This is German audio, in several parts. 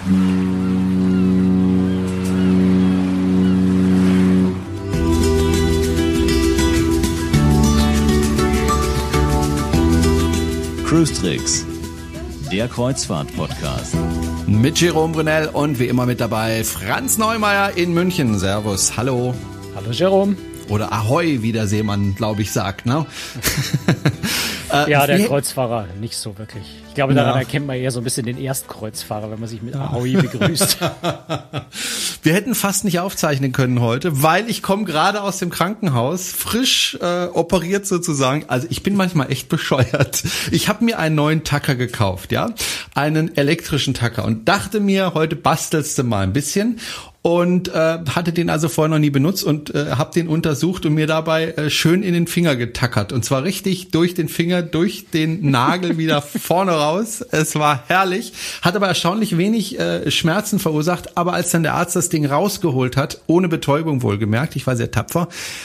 Cruise Tricks, der Kreuzfahrt-Podcast. Mit Jerome Brunel und wie immer mit dabei Franz Neumeier in München. Servus, hallo. Hallo Jerome. Oder Ahoi, wie der Seemann, glaube ich, sagt, ne? Ja, der Kreuzfahrer nicht so wirklich. Ich glaube, daran erkennt man eher so ein bisschen den Erstkreuzfahrer, wenn man sich mit Ahoi begrüßt. Wir hätten fast nicht aufzeichnen können heute, weil ich komme gerade aus dem Krankenhaus, frisch operiert sozusagen. Also ich bin manchmal echt bescheuert. Ich habe mir einen neuen Tacker gekauft, ja, einen elektrischen Tacker und dachte mir, heute bastelst du mal ein bisschen. Und hatte den also vorher noch nie benutzt und habe den untersucht und mir dabei schön in den Finger getackert. Und zwar richtig durch den Finger, durch den Nagel wieder vorne raus. Es war herrlich, hat aber erstaunlich wenig Schmerzen verursacht. Aber als dann der Arzt das Ding rausgeholt hat, ohne Betäubung wohlgemerkt, ich war sehr tapfer,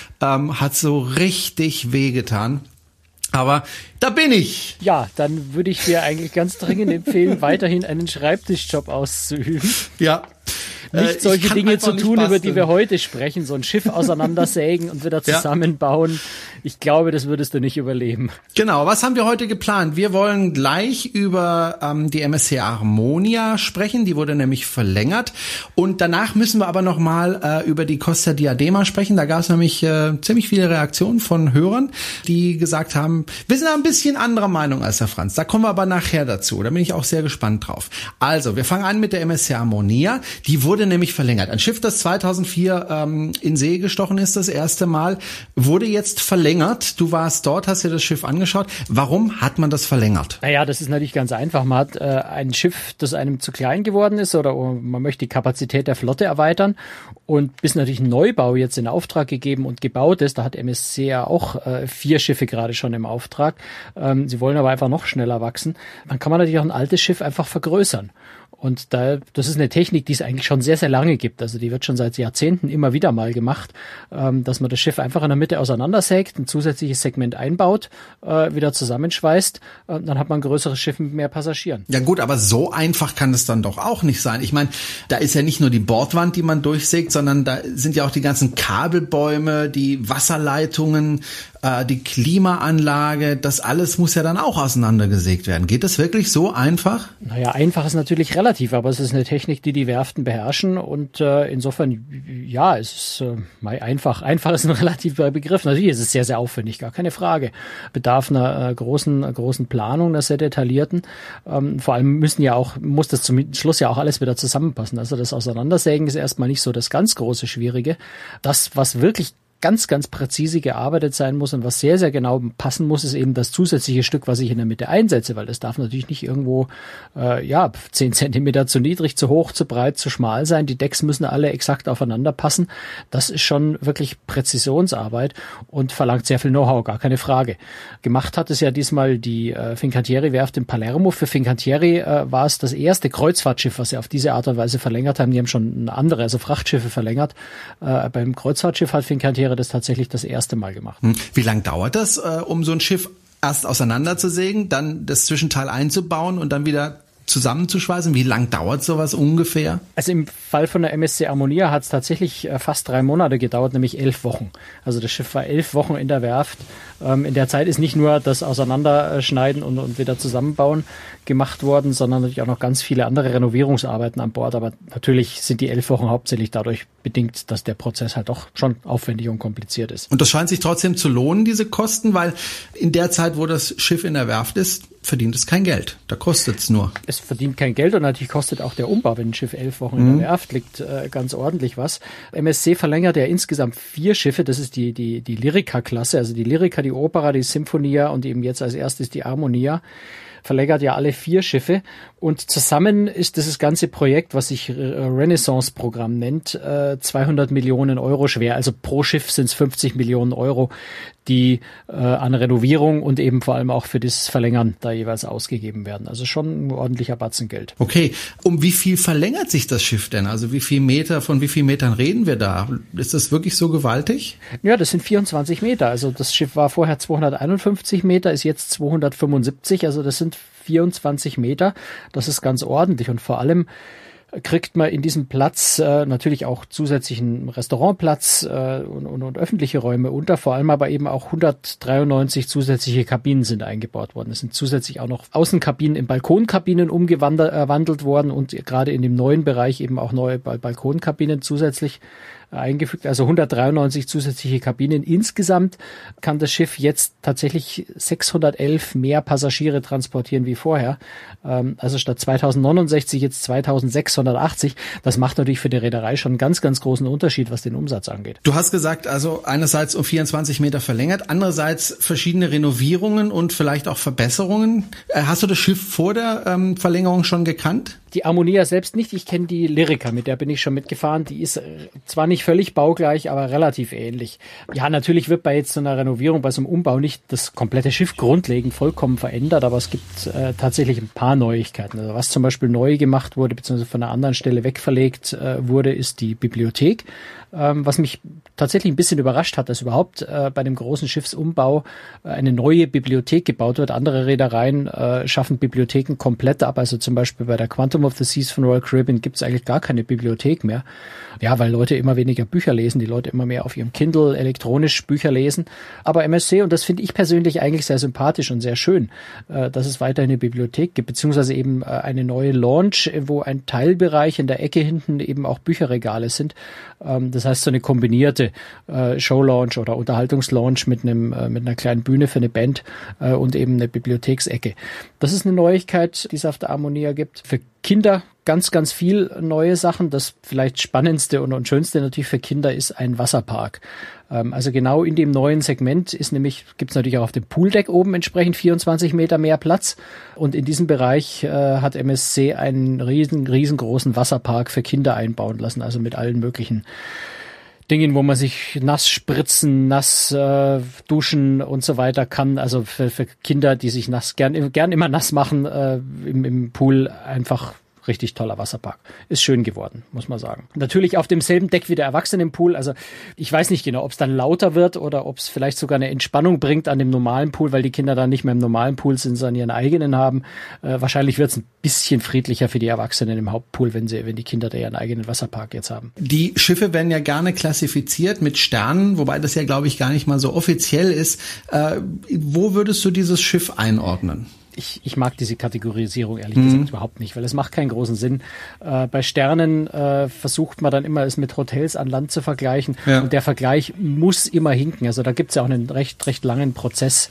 hat so richtig wehgetan. Aber da bin ich. Ja, dann würde ich dir eigentlich ganz dringend empfehlen, weiterhin einen Schreibtischjob auszuüben. Ja. Nicht solche Dinge zu tun, über die wir heute sprechen, so ein Schiff auseinandersägen und wieder zusammenbauen. Ja. Ich glaube, das würdest du nicht überleben. Genau, was haben wir heute geplant? Wir wollen gleich über die MSC Harmonia sprechen, die wurde nämlich verlängert. Und danach müssen wir aber nochmal über die Costa Diadema sprechen. Da gab es nämlich ziemlich viele Reaktionen von Hörern, die gesagt haben, wir sind ein bisschen anderer Meinung als der Franz. Da kommen wir aber nachher dazu. Da bin ich auch sehr gespannt drauf. Also, wir fangen an mit der MSC Harmonia. Die wurde nämlich verlängert. Ein Schiff, das 2004 in See gestochen ist, das erste Mal, wurde jetzt verlängert. Du warst dort, hast dir das Schiff angeschaut. Warum hat man das verlängert? Naja, das ist natürlich ganz einfach. Man hat ein Schiff, das einem zu klein geworden ist oder man möchte die Kapazität der Flotte erweitern und bis natürlich ein Neubau jetzt in Auftrag gegeben und gebaut ist, da hat MSC ja auch 4 Schiffe gerade schon im Auftrag. Sie wollen aber einfach noch schneller wachsen. Dann kann man natürlich auch ein altes Schiff einfach vergrößern. Und das ist eine Technik, die es eigentlich schon sehr, sehr lange gibt. Also die wird schon seit Jahrzehnten immer wieder mal gemacht, dass man das Schiff einfach in der Mitte auseinandersägt, ein zusätzliches Segment einbaut, wieder zusammenschweißt, dann hat man ein größeres Schiff mit mehr Passagieren. Ja gut, aber so einfach kann es dann doch auch nicht sein. Ich meine, da ist ja nicht nur die Bordwand, die man durchsägt, sondern da sind ja auch die ganzen Kabelbäume, die Wasserleitungen, die Klimaanlage, das alles muss ja dann auch auseinandergesägt werden. Geht das wirklich so einfach? Naja, einfach ist natürlich relativ, aber es ist eine Technik, die die Werften beherrschen und insofern, ja, es ist einfach. Einfach ist ein relativer Begriff. Natürlich ist es sehr, sehr aufwendig, gar keine Frage. Bedarf einer großen Planung, einer sehr detaillierten. Vor allem muss das zum Schluss ja auch alles wieder zusammenpassen. Also das Auseinandersägen ist erstmal nicht so das ganz große Schwierige. Das, was wirklich ganz, ganz präzise gearbeitet sein muss und was sehr, sehr genau passen muss, ist eben das zusätzliche Stück, was ich in der Mitte einsetze, weil das darf natürlich nicht irgendwo 10 Zentimeter zu niedrig, zu hoch, zu breit, zu schmal sein. Die Decks müssen alle exakt aufeinander passen. Das ist schon wirklich Präzisionsarbeit und verlangt sehr viel Know-how, gar keine Frage. Gemacht hat es ja diesmal die Fincantieri-Werft in Palermo. Für Fincantieri war es das erste Kreuzfahrtschiff, was sie auf diese Art und Weise verlängert haben. Die haben schon andere, also Frachtschiffe verlängert. Beim Kreuzfahrtschiff hat Fincantieri das tatsächlich das erste Mal gemacht. Wie lange dauert das, um so ein Schiff erst auseinanderzusägen, dann das Zwischenteil einzubauen und dann wieder zusammenzuschweißen? Wie lang dauert sowas ungefähr? Also im Fall von der MSC Harmonia hat es tatsächlich fast 3 Monate gedauert, nämlich 11 Wochen. Also das Schiff war 11 Wochen in der Werft. In der Zeit ist nicht nur das Auseinanderschneiden und wieder zusammenbauen gemacht worden, sondern natürlich auch noch ganz viele andere Renovierungsarbeiten an Bord. Aber natürlich sind die 11 Wochen hauptsächlich dadurch bedingt, dass der Prozess halt doch schon aufwendig und kompliziert ist. Und das scheint sich trotzdem zu lohnen, diese Kosten, weil in der Zeit, wo das Schiff in der Werft ist, verdient es kein Geld. Da kostet es nur. Es verdient kein Geld und natürlich kostet auch der Umbau, wenn ein Schiff 11 Wochen in der Werft liegt, ganz ordentlich was. MSC verlängert ja insgesamt 4 Schiffe. Das ist die Lyrica-Klasse, also die Lyrica, die Opera, die Symphonia und eben jetzt als erstes die Harmonia. Verlängert ja alle 4 Schiffe und zusammen ist dieses ganze Projekt, was sich Renaissance-Programm nennt, 200 Millionen Euro schwer. Also pro Schiff sind es 50 Millionen Euro, die an Renovierung und eben vor allem auch für das Verlängern da jeweils ausgegeben werden. Also schon ein ordentlicher Batzen Geld. Okay, um wie viel verlängert sich das Schiff denn? Also von wie vielen Metern reden wir da? Ist das wirklich so gewaltig? Ja, das sind 24 Meter. Also das Schiff war vorher 251 Meter, ist jetzt 275. Also das sind 24 Meter. Das ist ganz ordentlich und vor allem kriegt man in diesem Platz natürlich auch zusätzlichen Restaurantplatz und öffentliche Räume unter, vor allem aber eben auch 193 zusätzliche Kabinen sind eingebaut worden. Es sind zusätzlich auch noch Außenkabinen in Balkonkabinen umgewandelt worden und gerade in dem neuen Bereich eben auch neue Balkonkabinen zusätzlich eingefügt, also 193 zusätzliche Kabinen. Insgesamt kann das Schiff jetzt tatsächlich 611 mehr Passagiere transportieren wie vorher. Also statt 2069 jetzt 2680. Das macht natürlich für die Reederei schon einen ganz, ganz großen Unterschied, was den Umsatz angeht. Du hast gesagt, also einerseits um 24 Meter verlängert, andererseits verschiedene Renovierungen und vielleicht auch Verbesserungen. Hast du das Schiff vor der Verlängerung schon gekannt? Die Ammonia selbst nicht. Ich kenne die Lyrica, mit der bin ich schon mitgefahren. Die ist zwar nicht völlig baugleich, aber relativ ähnlich. Ja, natürlich wird bei jetzt so einer Renovierung, bei so einem Umbau nicht das komplette Schiff grundlegend vollkommen verändert, aber es gibt tatsächlich ein paar Neuigkeiten. Also was zum Beispiel neu gemacht wurde, beziehungsweise von einer anderen Stelle wegverlegt wurde, ist die Bibliothek. Was mich tatsächlich ein bisschen überrascht hat, dass überhaupt bei dem großen Schiffsumbau eine neue Bibliothek gebaut wird. Andere Reedereien schaffen Bibliotheken komplett ab. Also zum Beispiel bei der Quantum of the Seas von Royal Caribbean gibt es eigentlich gar keine Bibliothek mehr. Ja, weil Leute immer weniger Bücher lesen, die Leute immer mehr auf ihrem Kindle elektronisch Bücher lesen. Aber MSC, und das finde ich persönlich eigentlich sehr sympathisch und sehr schön, dass es weiterhin eine Bibliothek gibt, beziehungsweise eben eine neue Lounge, wo ein Teilbereich in der Ecke hinten eben auch Bücherregale sind. Das heißt, so eine kombinierte Show-Lounge oder Unterhaltungs-Lounge mit einer kleinen Bühne für eine Band und eben eine Bibliotheksecke. Das ist eine Neuigkeit, die es auf der Ammonia gibt. Für Kinder ganz, ganz viel neue Sachen. Das vielleicht spannendste und schönste natürlich für Kinder ist ein Wasserpark. Also genau in dem neuen Segment gibt es natürlich auch auf dem Pooldeck oben entsprechend 24 Meter mehr Platz. Und in diesem Bereich hat MSC einen riesengroßen Wasserpark für Kinder einbauen lassen. Also mit allen möglichen Dingen, wo man sich nass spritzen, nass duschen und so weiter kann. Also für Kinder, die sich gern immer nass machen, im Pool einfach richtig toller Wasserpark. Ist schön geworden, muss man sagen. Natürlich auf demselben Deck wie der Erwachsenenpool. Also ich weiß nicht genau, ob es dann lauter wird oder ob es vielleicht sogar eine Entspannung bringt an dem normalen Pool, weil die Kinder dann nicht mehr im normalen Pool sind, sondern ihren eigenen haben. Wahrscheinlich wird es ein bisschen friedlicher für die Erwachsenen im Hauptpool, wenn die Kinder da ihren eigenen Wasserpark jetzt haben. Die Schiffe werden ja gerne klassifiziert mit Sternen, wobei das ja, glaube ich, gar nicht mal so offiziell ist. Wo würdest du dieses Schiff einordnen? Ich mag diese Kategorisierung ehrlich gesagt überhaupt nicht, weil es macht keinen großen Sinn. Bei Sternen versucht man dann immer, es mit Hotels an Land zu vergleichen. Ja. Und der Vergleich muss immer hinken. Also da gibt es ja auch einen recht langen Prozess,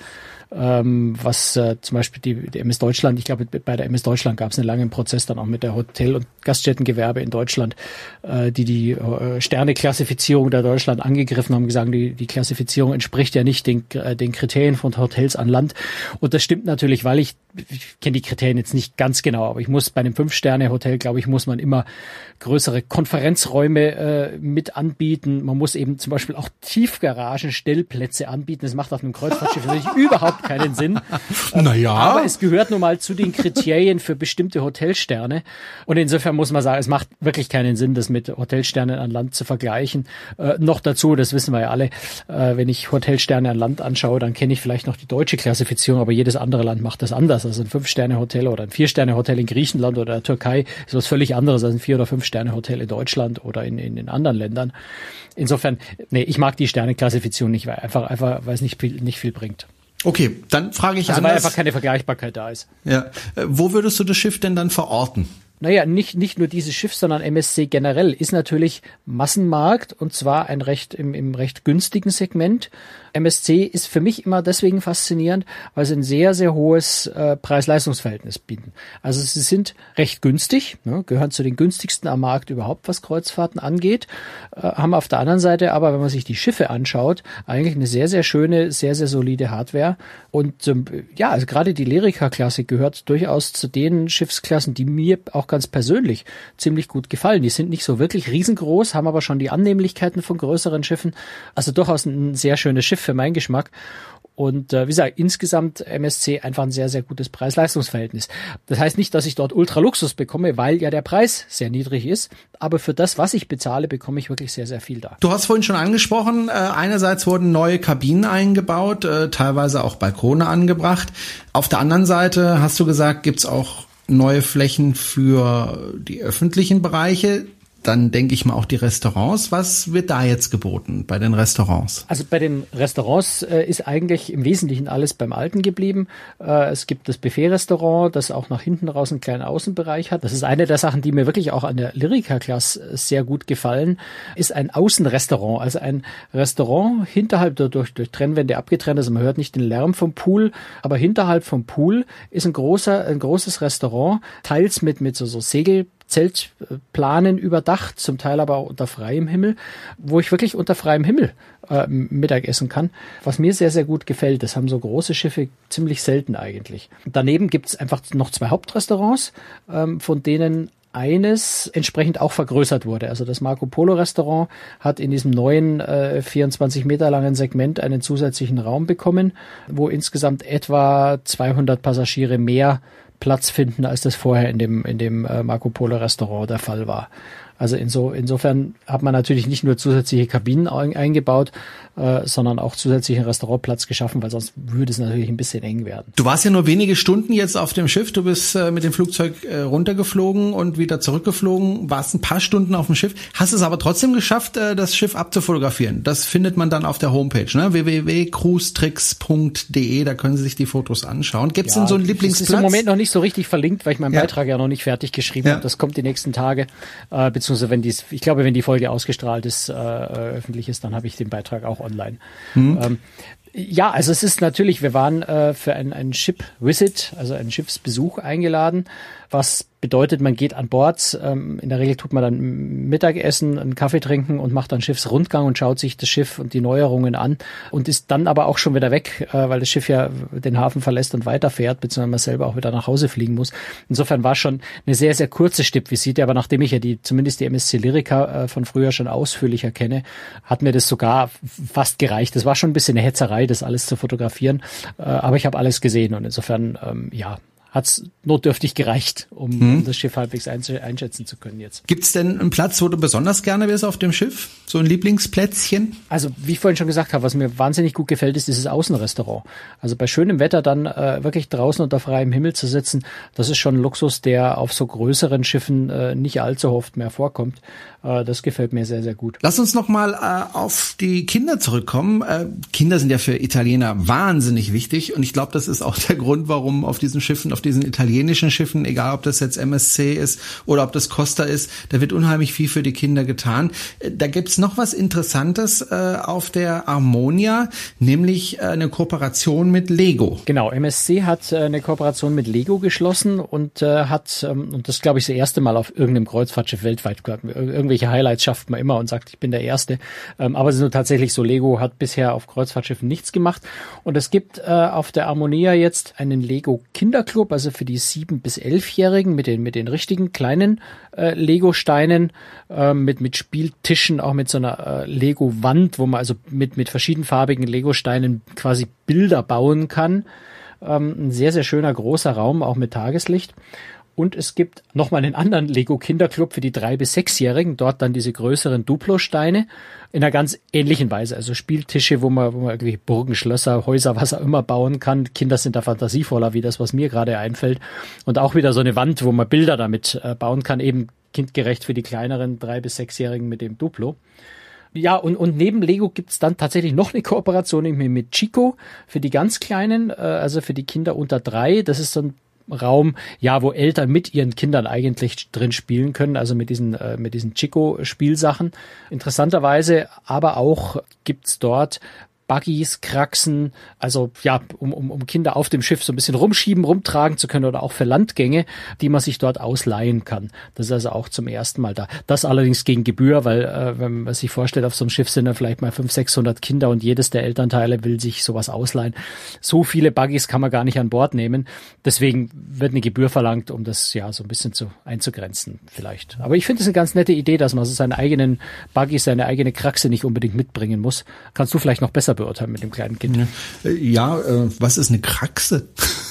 was zum Beispiel die MS Deutschland, ich glaube bei der MS Deutschland gab es einen langen Prozess dann auch mit der Hotel- und Gaststättengewerbe in Deutschland, die Sterneklassifizierung der Deutschland angegriffen haben, gesagt, die Klassifizierung entspricht ja nicht den Kriterien von Hotels an Land. Und das stimmt natürlich, weil ich kenne die Kriterien jetzt nicht ganz genau, aber ich muss bei einem 5-Sterne-Hotel, glaube ich, muss man immer größere Konferenzräume mit anbieten. Man muss eben zum Beispiel auch Tiefgaragen-Stellplätze anbieten. Das macht auf einem Kreuzfahrtschiff natürlich überhaupt keinen Sinn. Naja. Aber es gehört nun mal zu den Kriterien für bestimmte Hotelsterne. Und insofern muss man sagen, es macht wirklich keinen Sinn, das mit Hotelsternen an Land zu vergleichen. Noch dazu, das wissen wir ja alle, wenn ich Hotelsterne an Land anschaue, dann kenne ich vielleicht noch die deutsche Klassifizierung, aber jedes andere Land macht das anders. Also ein 5-Sterne-Hotel oder ein 4-Sterne-Hotel in Griechenland oder der Türkei ist was völlig anderes als ein 4- oder 5-Sterne-Hotel in Deutschland oder in anderen Ländern. Insofern, ich mag die Sterneklassifizierung nicht, weil es nicht viel bringt. Okay, dann frage ich anders. Weil einfach keine Vergleichbarkeit da ist. Ja. Wo würdest du das Schiff denn dann verorten? Naja, nicht nur dieses Schiff, sondern MSC generell ist natürlich Massenmarkt und zwar im recht günstigen Segment. MSC ist für mich immer deswegen faszinierend, weil sie ein sehr, sehr hohes Preis-Leistungs-Verhältnis bieten. Also sie sind recht günstig, gehören zu den günstigsten am Markt überhaupt, was Kreuzfahrten angeht, haben auf der anderen Seite aber, wenn man sich die Schiffe anschaut, eigentlich eine sehr, sehr schöne, sehr, sehr solide Hardware. Und also gerade die Lyrica-Klasse gehört durchaus zu den Schiffsklassen, die mir auch ganz persönlich ziemlich gut gefallen. Die sind nicht so wirklich riesengroß, haben aber schon die Annehmlichkeiten von größeren Schiffen. Also durchaus ein sehr schönes Schiff für meinen Geschmack. Und wie gesagt, insgesamt MSC einfach ein sehr, sehr gutes Preis-Leistungs-Verhältnis. Das heißt nicht, dass ich dort Ultraluxus bekomme, weil ja der Preis sehr niedrig ist. Aber für das, was ich bezahle, bekomme ich wirklich sehr, sehr viel da. Du hast vorhin schon angesprochen, einerseits wurden neue Kabinen eingebaut, teilweise auch Balkone angebracht. Auf der anderen Seite, hast du gesagt, gibt's auch neue Flächen für die öffentlichen Bereiche. Dann denke ich mal auch die Restaurants. Was wird da jetzt geboten bei den Restaurants? Also bei den Restaurants ist eigentlich im Wesentlichen alles beim Alten geblieben. Es gibt das Buffet-Restaurant, das auch nach hinten raus einen kleinen Außenbereich hat. Das ist eine der Sachen, die mir wirklich auch an der Lyrica-Class sehr gut gefallen, ist ein Außenrestaurant. Also ein Restaurant hinterhalb durch Trennwände abgetrennt. Also man hört nicht den Lärm vom Pool, aber hinterhalb vom Pool ist ein großes Restaurant, teils mit so Zeltplanen überdacht, zum Teil aber auch unter freiem Himmel, wo ich wirklich unter freiem Himmel Mittag essen kann, was mir sehr, sehr gut gefällt. Das haben so große Schiffe ziemlich selten eigentlich. Daneben gibt's einfach noch 2 Hauptrestaurants, von denen eines entsprechend auch vergrößert wurde. Also das Marco Polo Restaurant hat in diesem neuen 24 Meter langen Segment einen zusätzlichen Raum bekommen, wo insgesamt etwa 200 Passagiere mehr Platz finden, als das vorher in dem Marco Polo Restaurant der Fall war. Also insofern hat man natürlich nicht nur zusätzliche Kabinen eingebaut, sondern auch zusätzlichen Restaurantplatz geschaffen, weil sonst würde es natürlich ein bisschen eng werden. Du warst ja nur wenige Stunden jetzt auf dem Schiff. Du bist mit dem Flugzeug runtergeflogen und wieder zurückgeflogen. Warst ein paar Stunden auf dem Schiff. Hast es aber trotzdem geschafft, das Schiff abzufotografieren. Das findet man dann auf der Homepage, ne? www.cruisetricks.de. Da können Sie sich die Fotos anschauen. Gibt es denn so einen Lieblingsplatz? Das ist im Moment noch nicht so richtig verlinkt, weil ich meinen Beitrag ja noch nicht fertig geschrieben habe. Das kommt die nächsten Tage. Beziehungsweise wenn die Folge ausgestrahlt ist, öffentlich ist, dann habe ich den Beitrag auch online. Ja, also es ist natürlich, wir waren für ein Ship-Visit, also einen Schiffsbesuch eingeladen, was bedeutet, man geht an Bord, in der Regel tut man dann Mittagessen, einen Kaffee trinken und macht dann Schiffsrundgang und schaut sich das Schiff und die Neuerungen an und ist dann aber auch schon wieder weg, weil das Schiff ja den Hafen verlässt und weiterfährt, beziehungsweise man selber auch wieder nach Hause fliegen muss. Insofern war schon eine sehr, sehr kurze Stippvisite, aber nachdem ich ja zumindest die MSC Lyrica von früher schon ausführlicher kenne, hat mir das sogar fast gereicht. Das war schon ein bisschen eine Hetzerei, das alles zu fotografieren, aber ich habe alles gesehen und insofern, hat's notdürftig gereicht, um das Schiff halbwegs einschätzen zu können jetzt. Gibt's denn einen Platz, wo du besonders gerne bist auf dem Schiff? So ein Lieblingsplätzchen? Also wie ich vorhin schon gesagt habe, was mir wahnsinnig gut gefällt, ist dieses Außenrestaurant. Also bei schönem Wetter dann wirklich draußen unter freiem Himmel zu sitzen, das ist schon ein Luxus, der auf so größeren Schiffen nicht allzu oft mehr vorkommt. Das gefällt mir sehr, sehr gut. Lass uns noch mal auf die Kinder zurückkommen. Kinder sind ja für Italiener wahnsinnig wichtig und ich glaube, das ist auch der Grund, warum auf diesen Schiffen, auf diesen italienischen Schiffen, egal ob das jetzt MSC ist oder ob das Costa ist, da wird unheimlich viel für die Kinder getan. Da gibt's noch was Interessantes auf der Armonia, nämlich eine Kooperation mit Lego. Genau, MSC hat eine Kooperation mit Lego geschlossen und hat, und das glaube ich das erste Mal auf irgendeinem Kreuzfahrtschiff weltweit, irgendwelche Highlights schafft man immer und sagt, ich bin der Erste. Aber es ist nur tatsächlich so, Lego hat bisher auf Kreuzfahrtschiffen nichts gemacht. Und es gibt auf der Armonia jetzt einen Lego Kinderclub, also für die 7- bis 11-Jährigen mit den richtigen kleinen Lego-Steinen, mit Spieltischen, auch mit so einer Lego-Wand, wo man also mit verschiedenfarbigen Lego-Steinen quasi Bilder bauen kann. Ein sehr, sehr schöner großer Raum, auch mit Tageslicht. Und es gibt nochmal einen anderen Lego-Kinderclub für die 3- bis 6-Jährigen. Dort dann diese größeren Duplo-Steine in einer ganz ähnlichen Weise. Also Spieltische, wo man irgendwie Burgen, Schlösser, Häuser, was auch immer bauen kann. Kinder sind da fantasievoller, wie das, was mir gerade einfällt. Und auch wieder so eine Wand, wo man Bilder damit bauen kann. Eben kindgerecht für die kleineren 3- bis 6-Jährigen mit dem Duplo. Ja, und neben Lego gibt's dann tatsächlich noch eine Kooperation mit Chico für die ganz Kleinen, also für die Kinder unter 3. Das ist so ein Raum, ja, wo Eltern mit ihren Kindern eigentlich drin spielen können, also mit diesen Chico-Spielsachen. Interessanterweise aber auch gibt's dort Buggies, Kraxen, also ja, um Kinder auf dem Schiff so ein bisschen rumschieben, rumtragen zu können oder auch für Landgänge, die man sich dort ausleihen kann. Das ist also auch zum ersten Mal da. Das allerdings gegen Gebühr, weil wenn man sich vorstellt, auf so einem Schiff sind dann vielleicht mal 500-600 Kinder und jedes der Elternteile will sich sowas ausleihen. So viele Buggies kann man gar nicht an Bord nehmen. Deswegen wird eine Gebühr verlangt, um das ja so ein bisschen einzugrenzen vielleicht. Aber ich finde es eine ganz nette Idee, dass man so seine eigenen Buggies, seine eigene Kraxe nicht unbedingt mitbringen muss. Kannst du vielleicht noch besser beurteilen mit dem kleinen Kind. Ja, was ist eine Kraxe?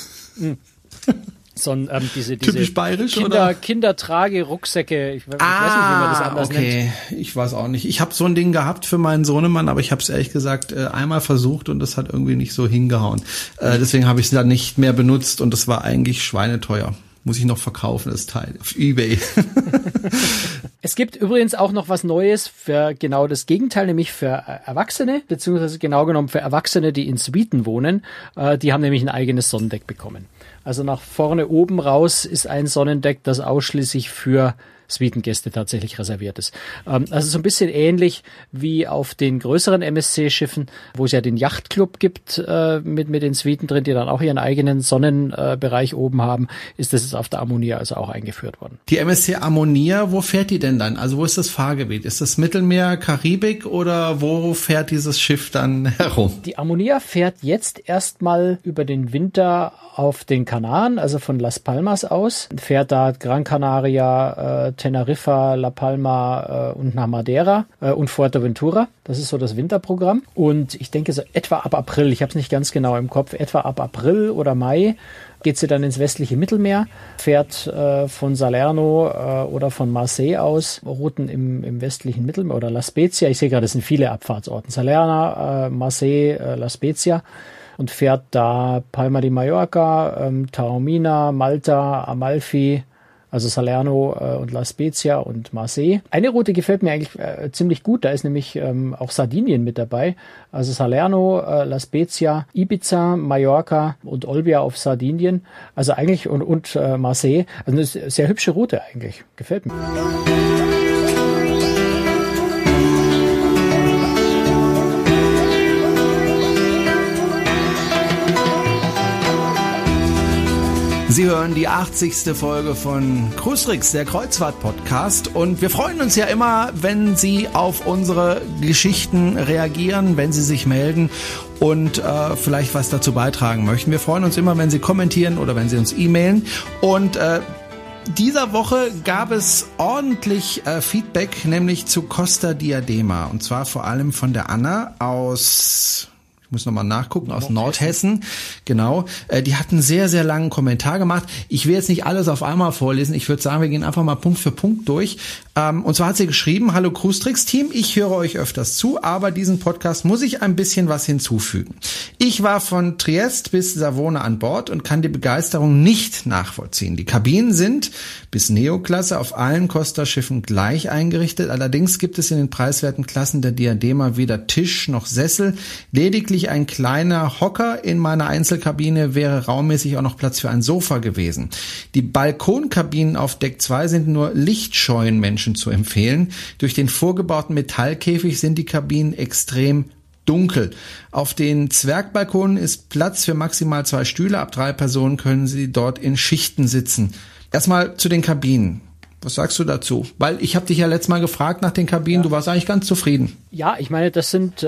So diese typisch bayerisch, Kindertrage-Rucksäcke. Ich weiß nicht, wie man das anders nennt. Ich weiß auch nicht. Ich habe so ein Ding gehabt für meinen Sohnemann, aber ich habe es ehrlich gesagt einmal versucht und das hat irgendwie nicht so hingehauen. Deswegen habe ich es dann nicht mehr benutzt und das war eigentlich schweineteuer. Muss ich noch verkaufen, das Teil, auf eBay. Es gibt übrigens auch noch was Neues für genau das Gegenteil, nämlich für Erwachsene, beziehungsweise genau genommen für Erwachsene, die in Suiten wohnen. Die haben nämlich ein eigenes Sonnendeck bekommen. Also nach vorne oben raus ist ein Sonnendeck, das ausschließlich für Suitengäste tatsächlich reserviert ist. Also so ein bisschen ähnlich wie auf den größeren MSC-Schiffen, wo es ja den Yachtclub gibt mit den Suiten drin, die dann auch ihren eigenen Sonnenbereich oben haben, ist das jetzt auf der Ammonia also auch eingeführt worden. Die MSC Ammonia, wo fährt die denn dann? Also wo ist das Fahrgebiet? Ist das Mittelmeer, Karibik oder wo fährt dieses Schiff dann herum? Die Ammonia fährt jetzt erstmal über den Winter auf den Kanaren, also von Las Palmas aus, fährt da Gran Canaria, Teneriffa, La Palma und nach Madeira und Fuerteventura. Das ist so das Winterprogramm. Und ich denke so etwa ab April, ich habe es nicht ganz genau im Kopf, etwa ab April oder Mai geht sie dann ins westliche Mittelmeer, fährt von Salerno oder von Marseille aus, Routen im westlichen Mittelmeer oder La Spezia. Ich sehe gerade, das sind viele Abfahrtsorten. Salerno, Marseille, La Spezia. Und fährt da Palma de Mallorca, Taormina, Malta, Amalfi, also Salerno und La Spezia und Marseille. Eine Route gefällt mir eigentlich ziemlich gut, da ist nämlich auch Sardinien mit dabei. Also Salerno, La Spezia, Ibiza, Mallorca und Olbia auf Sardinien. Also eigentlich und Marseille. Also eine sehr hübsche Route eigentlich, gefällt mir. Sie hören die 80. Folge von Cruistricks, der Kreuzfahrt-Podcast. Und wir freuen uns ja immer, wenn Sie auf unsere Geschichten reagieren, wenn Sie sich melden und vielleicht was dazu beitragen möchten. Wir freuen uns immer, wenn Sie kommentieren oder wenn Sie uns e-mailen. Und dieser Woche gab es ordentlich Feedback, nämlich zu Costa Diadema. Und zwar vor allem von der Anna aus... Ich muss nochmal nachgucken, aus Nordhessen. Genau. Die hat einen sehr, sehr langen Kommentar gemacht. Ich will jetzt nicht alles auf einmal vorlesen. Ich würde sagen, wir gehen einfach mal Punkt für Punkt durch. Und zwar hat sie geschrieben: Hallo Cruistricks-Team, ich höre euch öfters zu, aber diesen Podcast muss ich ein bisschen was hinzufügen. Ich war von Triest bis Savona an Bord und kann die Begeisterung nicht nachvollziehen. Die Kabinen sind bis Neo-Klasse auf allen Costa-Schiffen gleich eingerichtet. Allerdings gibt es in den preiswerten Klassen der Diadema weder Tisch noch Sessel. Lediglich ein kleiner Hocker in meiner Einzelkabine wäre raummäßig auch noch Platz für ein Sofa gewesen. Die Balkonkabinen auf Deck 2 sind nur lichtscheuen Menschen zu empfehlen. Durch den vorgebauten Metallkäfig sind die Kabinen extrem dunkel. Auf den Zwergbalkonen ist Platz für maximal 2 Stühle. Ab 3 Personen können sie dort in Schichten sitzen. Erstmal zu den Kabinen. Was sagst du dazu? Weil ich habe dich ja letztes Mal gefragt nach den Kabinen. Ja. Du warst eigentlich ganz zufrieden. Ja, ich meine, das sind...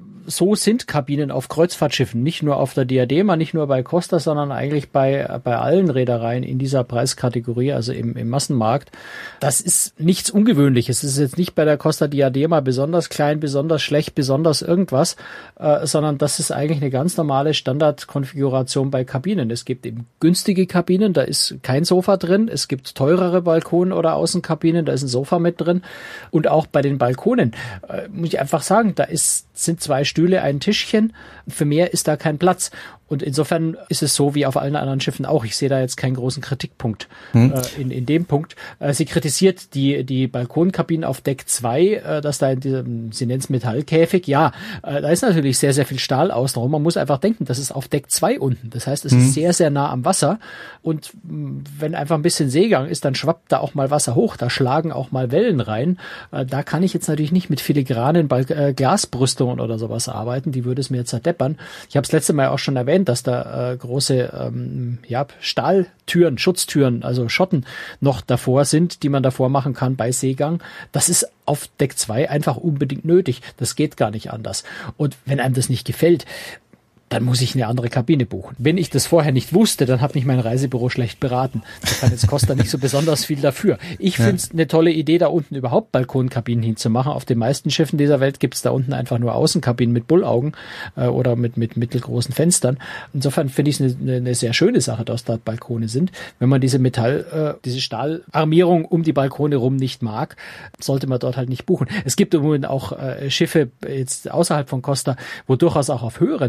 So sind Kabinen auf Kreuzfahrtschiffen, nicht nur auf der Diadema, nicht nur bei Costa, sondern eigentlich bei allen Reedereien in dieser Preiskategorie, also im Massenmarkt. Das ist nichts Ungewöhnliches. Es ist jetzt nicht bei der Costa Diadema besonders klein, besonders schlecht, besonders irgendwas, sondern das ist eigentlich eine ganz normale Standardkonfiguration bei Kabinen. Es gibt eben günstige Kabinen, da ist kein Sofa drin. Es gibt teurere Balkon- oder Außenkabinen, da ist ein Sofa mit drin. Und auch bei den Balkonen, muss ich einfach sagen, sind 2 Stühle, ein Tischchen. Für mehr ist da kein Platz. Und insofern ist es so wie auf allen anderen Schiffen auch. Ich sehe da jetzt keinen großen Kritikpunkt in dem Punkt. Sie kritisiert die Balkonkabinen auf Deck 2, dass da in diesem, sie nennt es Metallkäfig. Ja, da ist natürlich sehr, sehr viel Stahl außenrum. Man muss einfach denken, das ist auf Deck 2 unten. Das heißt, es ist sehr, sehr nah am Wasser. Und wenn einfach ein bisschen Seegang ist, dann schwappt da auch mal Wasser hoch. Da schlagen auch mal Wellen rein. Da kann ich jetzt natürlich nicht mit filigranen Glasbrüstungen oder sowas arbeiten. Die würde es mir zerdeppern. Ich habe es letzte Mal auch schon erwähnt, dass da große Stahltüren, Schutztüren, also Schotten noch davor sind, die man davor machen kann bei Seegang. Das ist auf Deck 2 einfach unbedingt nötig. Das geht gar nicht anders. Und wenn einem das nicht gefällt, dann muss ich eine andere Kabine buchen. Wenn ich das vorher nicht wusste, dann hat mich mein Reisebüro schlecht beraten. Da kann jetzt Costa nicht so besonders viel dafür. Ich finde es eine tolle Idee, da unten überhaupt Balkonkabinen hinzumachen. Auf den meisten Schiffen dieser Welt gibt es da unten einfach nur Außenkabinen mit Bullaugen oder mit mittelgroßen Fenstern. Insofern finde ich es eine sehr schöne Sache, dass dort Balkone sind. Wenn man diese diese Stahlarmierung um die Balkone rum nicht mag, sollte man dort halt nicht buchen. Es gibt im Moment auch Schiffe jetzt außerhalb von Costa, wo durchaus auch auf höheren Decks, gerade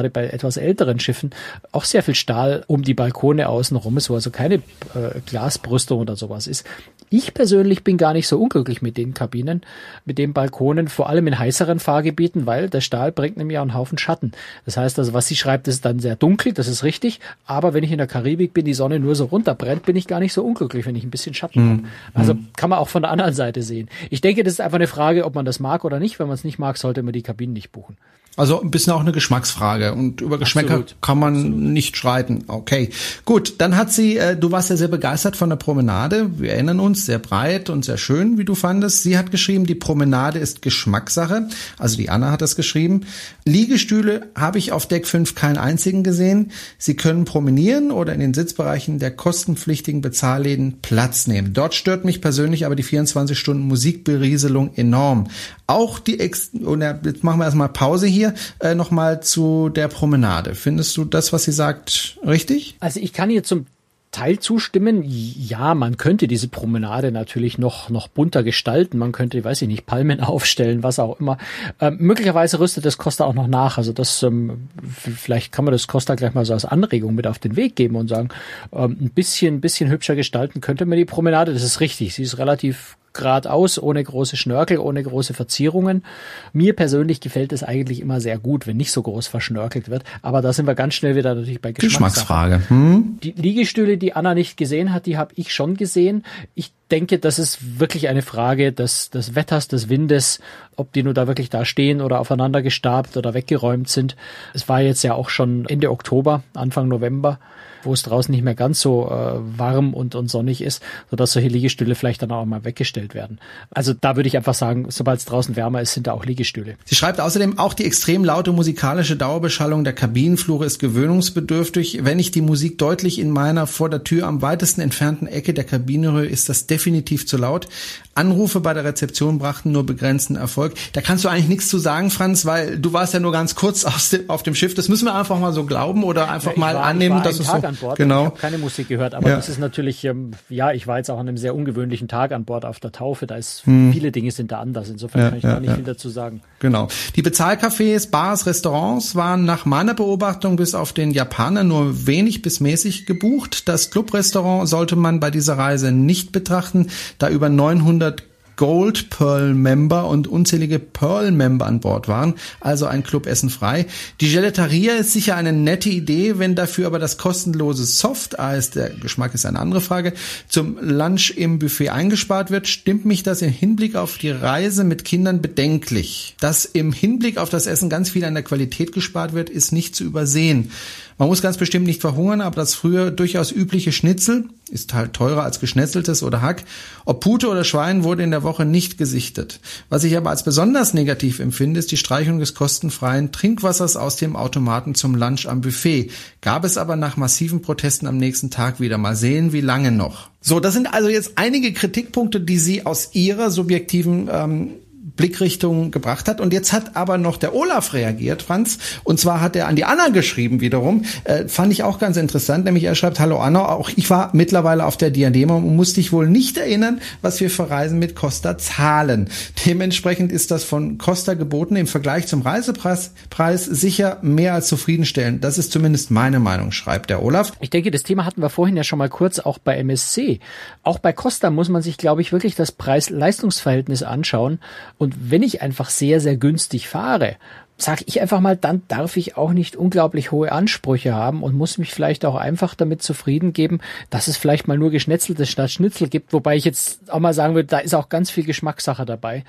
gerade bei etwas älteren Schiffen auch sehr viel Stahl um die Balkone außenrum ist, wo also keine Glasbrüstung oder sowas ist. Ich persönlich bin gar nicht so unglücklich mit den Kabinen, mit den Balkonen, vor allem in heißeren Fahrgebieten, weil der Stahl bringt nämlich auch einen Haufen Schatten. Das heißt also, was sie schreibt, ist dann sehr dunkel, das ist richtig, aber wenn ich in der Karibik bin, die Sonne nur so runterbrennt, bin ich gar nicht so unglücklich, wenn ich ein bisschen Schatten habe. Also kann man auch von der anderen Seite sehen. Ich denke, das ist einfach eine Frage, ob man das mag oder nicht. Wenn man es nicht mag, sollte man die Kabinen nicht buchen. Also ein bisschen auch eine Geschmacksfrage und über Geschmäcker kann man nicht streiten. Okay, gut, dann hat sie, du warst ja sehr begeistert von der Promenade, wir erinnern uns, sehr breit und sehr schön, wie du fandest. Sie hat geschrieben, die Promenade ist Geschmackssache, also die Anna hat das geschrieben. Liegestühle habe ich auf Deck 5 keinen einzigen gesehen. Sie können promenieren oder in den Sitzbereichen der kostenpflichtigen Bezahlläden Platz nehmen. Dort stört mich persönlich aber die 24 Stunden Musikberieselung enorm. Auch die jetzt machen wir erstmal Pause hier. Nochmal zu der Promenade. Findest du das, was sie sagt, richtig? Also ich kann ihr zum Teil zustimmen. Ja, man könnte diese Promenade natürlich noch bunter gestalten. Man könnte, weiß ich nicht, Palmen aufstellen, was auch immer. Möglicherweise rüstet das Costa auch noch nach. Also das, vielleicht kann man das Costa gleich mal so als Anregung mit auf den Weg geben und sagen, ein bisschen hübscher gestalten könnte man die Promenade. Das ist richtig. Sie ist relativ geradeaus, ohne große Schnörkel, ohne große Verzierungen. Mir persönlich gefällt es eigentlich immer sehr gut, wenn nicht so groß verschnörkelt wird. Aber da sind wir ganz schnell wieder natürlich bei Geschmacksfrage. Die Liegestühle, die Anna nicht gesehen hat, die habe ich schon gesehen. Ich denke, das ist wirklich eine Frage des Wetters, des Windes, ob die nur da wirklich da stehen oder aufeinander gestapelt oder weggeräumt sind. Es war jetzt ja auch schon Ende Oktober, Anfang November, wo es draußen nicht mehr ganz so warm und sonnig ist, sodass solche Liegestühle vielleicht dann auch mal weggestellt werden. Also da würde ich einfach sagen, sobald es draußen wärmer ist, sind da auch Liegestühle. Sie schreibt außerdem, auch die extrem laute musikalische Dauerbeschallung der Kabinenflure ist gewöhnungsbedürftig. Wenn ich die Musik deutlich in meiner vor der Tür am weitesten entfernten Ecke der Kabine höre, ist das definitiv zu laut. Anrufe bei der Rezeption brachten nur begrenzten Erfolg. Da kannst du eigentlich nichts zu sagen, Franz, weil du warst ja nur ganz kurz auf dem Schiff. Das müssen wir einfach mal so glauben oder einfach mal annehmen, dass es so... Genau. Ich habe keine Musik gehört, aber das ist natürlich, ich war jetzt auch an einem sehr ungewöhnlichen Tag an Bord auf der Taufe, da ist viele Dinge sind da anders, insofern kann ich da nicht viel dazu sagen. Genau. Die Bezahlcafés, Bars, Restaurants waren nach meiner Beobachtung bis auf den Japaner nur wenig bis mäßig gebucht. Das Clubrestaurant sollte man bei dieser Reise nicht betrachten, da über 900 Gold Pearl Member und unzählige Pearl Member an Bord waren, also ein Clubessen frei. Die Gelateria ist sicher eine nette Idee, wenn dafür aber das kostenlose Soft-Eis, der Geschmack ist eine andere Frage, zum Lunch im Buffet eingespart wird, stimmt mich das im Hinblick auf die Reise mit Kindern bedenklich. Dass im Hinblick auf das Essen ganz viel an der Qualität gespart wird, ist nicht zu übersehen. Man muss ganz bestimmt nicht verhungern, aber das früher durchaus übliche Schnitzel ist halt teurer als geschnetzeltes oder Hack. Ob Pute oder Schwein wurde in der Woche nicht gesichtet. Was ich aber als besonders negativ empfinde, ist die Streichung des kostenfreien Trinkwassers aus dem Automaten zum Lunch am Buffet. Gab es aber nach massiven Protesten am nächsten Tag wieder. Mal sehen, wie lange noch. So, das sind also jetzt einige Kritikpunkte, die sie aus ihrer subjektiven Blickrichtung gebracht hat. Und jetzt hat aber noch der Olaf reagiert, Franz. Und zwar hat er an die Anna geschrieben wiederum. Fand ich auch ganz interessant. Nämlich er schreibt, hallo Anna, auch ich war mittlerweile auf der Diadema und musste dich wohl nicht erinnern, was wir für Reisen mit Costa zahlen. Dementsprechend ist das von Costa geboten im Vergleich zum Reisepreis sicher mehr als zufriedenstellend. Das ist zumindest meine Meinung, schreibt der Olaf. Ich denke, das Thema hatten wir vorhin ja schon mal kurz auch bei MSC. Auch bei Costa muss man sich, glaube ich, wirklich das Preis-Leistungs-Verhältnis anschauen. Und wenn ich einfach sehr, sehr günstig fahre, sage ich einfach mal, dann darf ich auch nicht unglaublich hohe Ansprüche haben und muss mich vielleicht auch einfach damit zufrieden geben, dass es vielleicht mal nur Geschnetzeltes statt Schnitzel gibt. Wobei ich jetzt auch mal sagen würde, da ist auch ganz viel Geschmackssache dabei.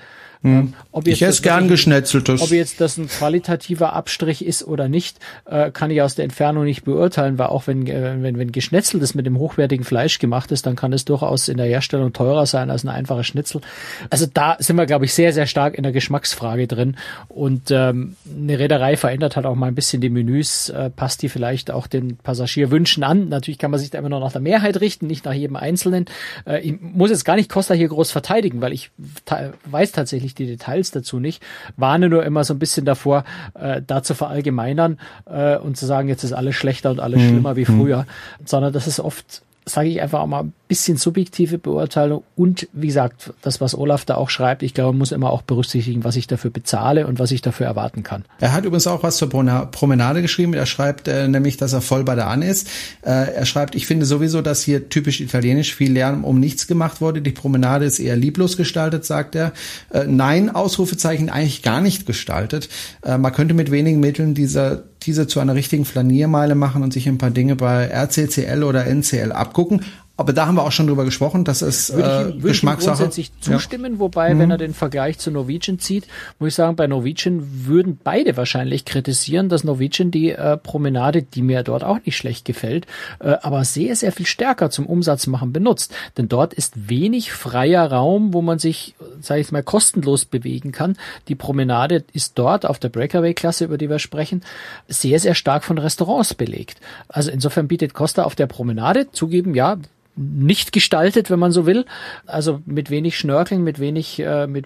Ich esse gern Geschnetzeltes. Ob jetzt das ein qualitativer Abstrich ist oder nicht, kann ich aus der Entfernung nicht beurteilen, weil auch wenn Geschnetzeltes mit dem hochwertigen Fleisch gemacht ist, dann kann es durchaus in der Herstellung teurer sein als ein einfaches Schnitzel. Also da sind wir, glaube ich, sehr, sehr stark in der Geschmacksfrage drin. Und eine Reederei verändert halt auch mal ein bisschen die Menüs, passt die vielleicht auch den Passagierwünschen an. Natürlich kann man sich da immer noch nach der Mehrheit richten, nicht nach jedem Einzelnen. Ich muss jetzt gar nicht Costa hier groß verteidigen, weil ich weiß tatsächlich die Details dazu nicht, warne nur immer so ein bisschen davor, da zu verallgemeinern und zu sagen, jetzt ist alles schlechter und alles schlimmer wie früher, sondern das ist oft sage ich einfach auch mal, ein bisschen subjektive Beurteilung und wie gesagt, das, was Olaf da auch schreibt, ich glaube, man muss immer auch berücksichtigen, was ich dafür bezahle und was ich dafür erwarten kann. Er hat übrigens auch was zur Promenade geschrieben. Er schreibt nämlich, dass er voll bei der Anne ist. Er schreibt, ich finde sowieso, dass hier typisch italienisch viel Lärm um nichts gemacht wurde. Die Promenade ist eher lieblos gestaltet, sagt er. Nein, Ausrufezeichen, eigentlich gar nicht gestaltet. Man könnte mit wenigen Mitteln diese zu einer richtigen Flaniermeile machen und sich ein paar Dinge bei RCCL oder NCL abgucken. Aber da haben wir auch schon drüber gesprochen, dass es Geschmackssache. Würde ich grundsätzlich zustimmen, wobei, wenn er den Vergleich zu Norwegian zieht, muss ich sagen, bei Norwegian würden beide wahrscheinlich kritisieren, dass Norwegian die Promenade, die mir dort auch nicht schlecht gefällt, aber sehr, sehr viel stärker zum Umsatz machen benutzt. Denn dort ist wenig freier Raum, wo man sich, sage ich mal, kostenlos bewegen kann. Die Promenade ist dort auf der Breakaway-Klasse, über die wir sprechen, sehr, sehr stark von Restaurants belegt. Also insofern bietet Costa auf der Promenade, zugeben, ja, nicht gestaltet, wenn man so will, also mit wenig Schnörkeln, mit wenig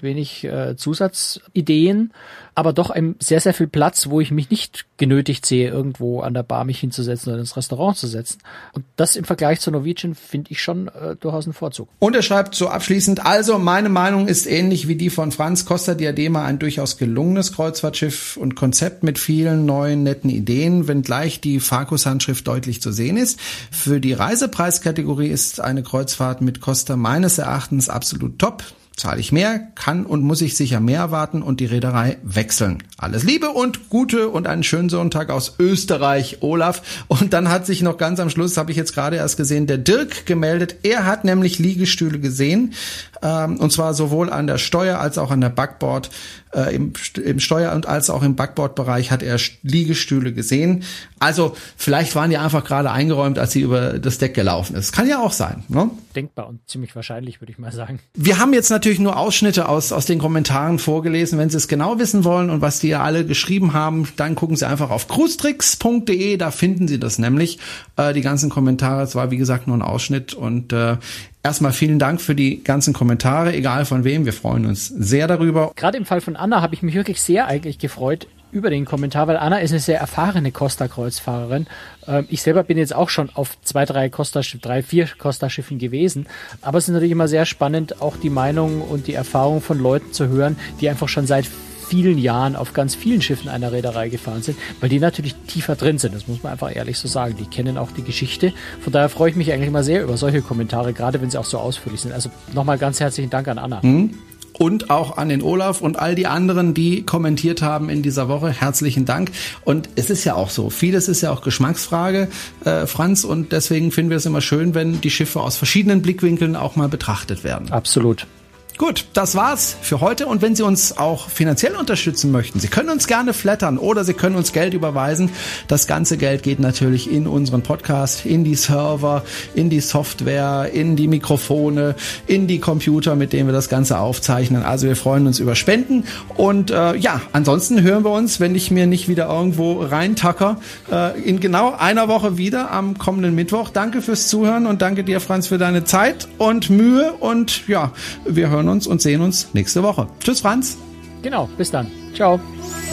Zusatzideen, aber doch sehr, sehr viel Platz, wo ich mich nicht genötigt sehe, irgendwo an der Bar mich hinzusetzen oder ins Restaurant zu setzen. Und das im Vergleich zu Norwegian finde ich schon durchaus einen Vorzug. Und er schreibt so abschließend, also meine Meinung ist ähnlich wie die von Franz. Costa Diadema ein durchaus gelungenes Kreuzfahrtschiff und Konzept mit vielen neuen, netten Ideen, wenngleich die Farkus-Handschrift deutlich zu sehen ist. Für die Reisepreiskategorie ist eine Kreuzfahrt mit Costa meines Erachtens absolut top. Zahle ich mehr, kann und muss ich sicher mehr erwarten und die Reederei wechseln. Alles Liebe und Gute und einen schönen Sonntag aus Österreich, Olaf. Und dann hat sich noch ganz am Schluss, habe ich jetzt gerade erst gesehen, der Dirk gemeldet. Er hat nämlich Liegestühle gesehen, und zwar sowohl an der Steuer als auch an der Backbord. Im Steuer- und als auch im Backbordbereich hat er Liegestühle gesehen. Also vielleicht waren die einfach gerade eingeräumt, als sie über das Deck gelaufen ist. Kann ja auch sein, ne? Denkbar und ziemlich wahrscheinlich, würde ich mal sagen. Wir haben jetzt natürlich nur Ausschnitte aus den Kommentaren vorgelesen. Wenn Sie es genau wissen wollen und was die ja alle geschrieben haben, dann gucken Sie einfach auf cruistricks.de, da finden Sie das nämlich, die ganzen Kommentare. Es war, wie gesagt, nur ein Ausschnitt und erstmal vielen Dank für die ganzen Kommentare, egal von wem. Wir freuen uns sehr darüber. Gerade im Fall von Anna habe ich mich wirklich sehr eigentlich gefreut über den Kommentar, weil Anna ist eine sehr erfahrene Costa-Kreuzfahrerin. Ich selber bin jetzt auch schon auf 4 Costa-Schiffen gewesen. Aber es ist natürlich immer sehr spannend, auch die Meinung und die Erfahrung von Leuten zu hören, die einfach schon seit vielen Jahren auf ganz vielen Schiffen einer Reederei gefahren sind, weil die natürlich tiefer drin sind. Das muss man einfach ehrlich so sagen. Die kennen auch die Geschichte. Von daher freue ich mich eigentlich immer sehr über solche Kommentare, gerade wenn sie auch so ausführlich sind. Also nochmal ganz herzlichen Dank an Anna. Und auch an den Olaf und all die anderen, die kommentiert haben in dieser Woche. Herzlichen Dank. Und es ist ja auch so, vieles ist ja auch Geschmacksfrage, Franz. Und deswegen finden wir es immer schön, wenn die Schiffe aus verschiedenen Blickwinkeln auch mal betrachtet werden. Absolut. Gut, das war's für heute. Und wenn Sie uns auch finanziell unterstützen möchten, Sie können uns gerne flattern oder Sie können uns Geld überweisen. Das ganze Geld geht natürlich in unseren Podcast, in die Server, in die Software, in die Mikrofone, in die Computer, mit denen wir das Ganze aufzeichnen. Also wir freuen uns über Spenden. Und ansonsten hören wir uns, wenn ich mir nicht wieder irgendwo reintacker, in genau einer Woche wieder am kommenden Mittwoch. Danke fürs Zuhören und danke dir, Franz, für deine Zeit und Mühe. Und ja, wir hören uns und sehen uns nächste Woche. Tschüss, Franz. Genau, bis dann. Ciao.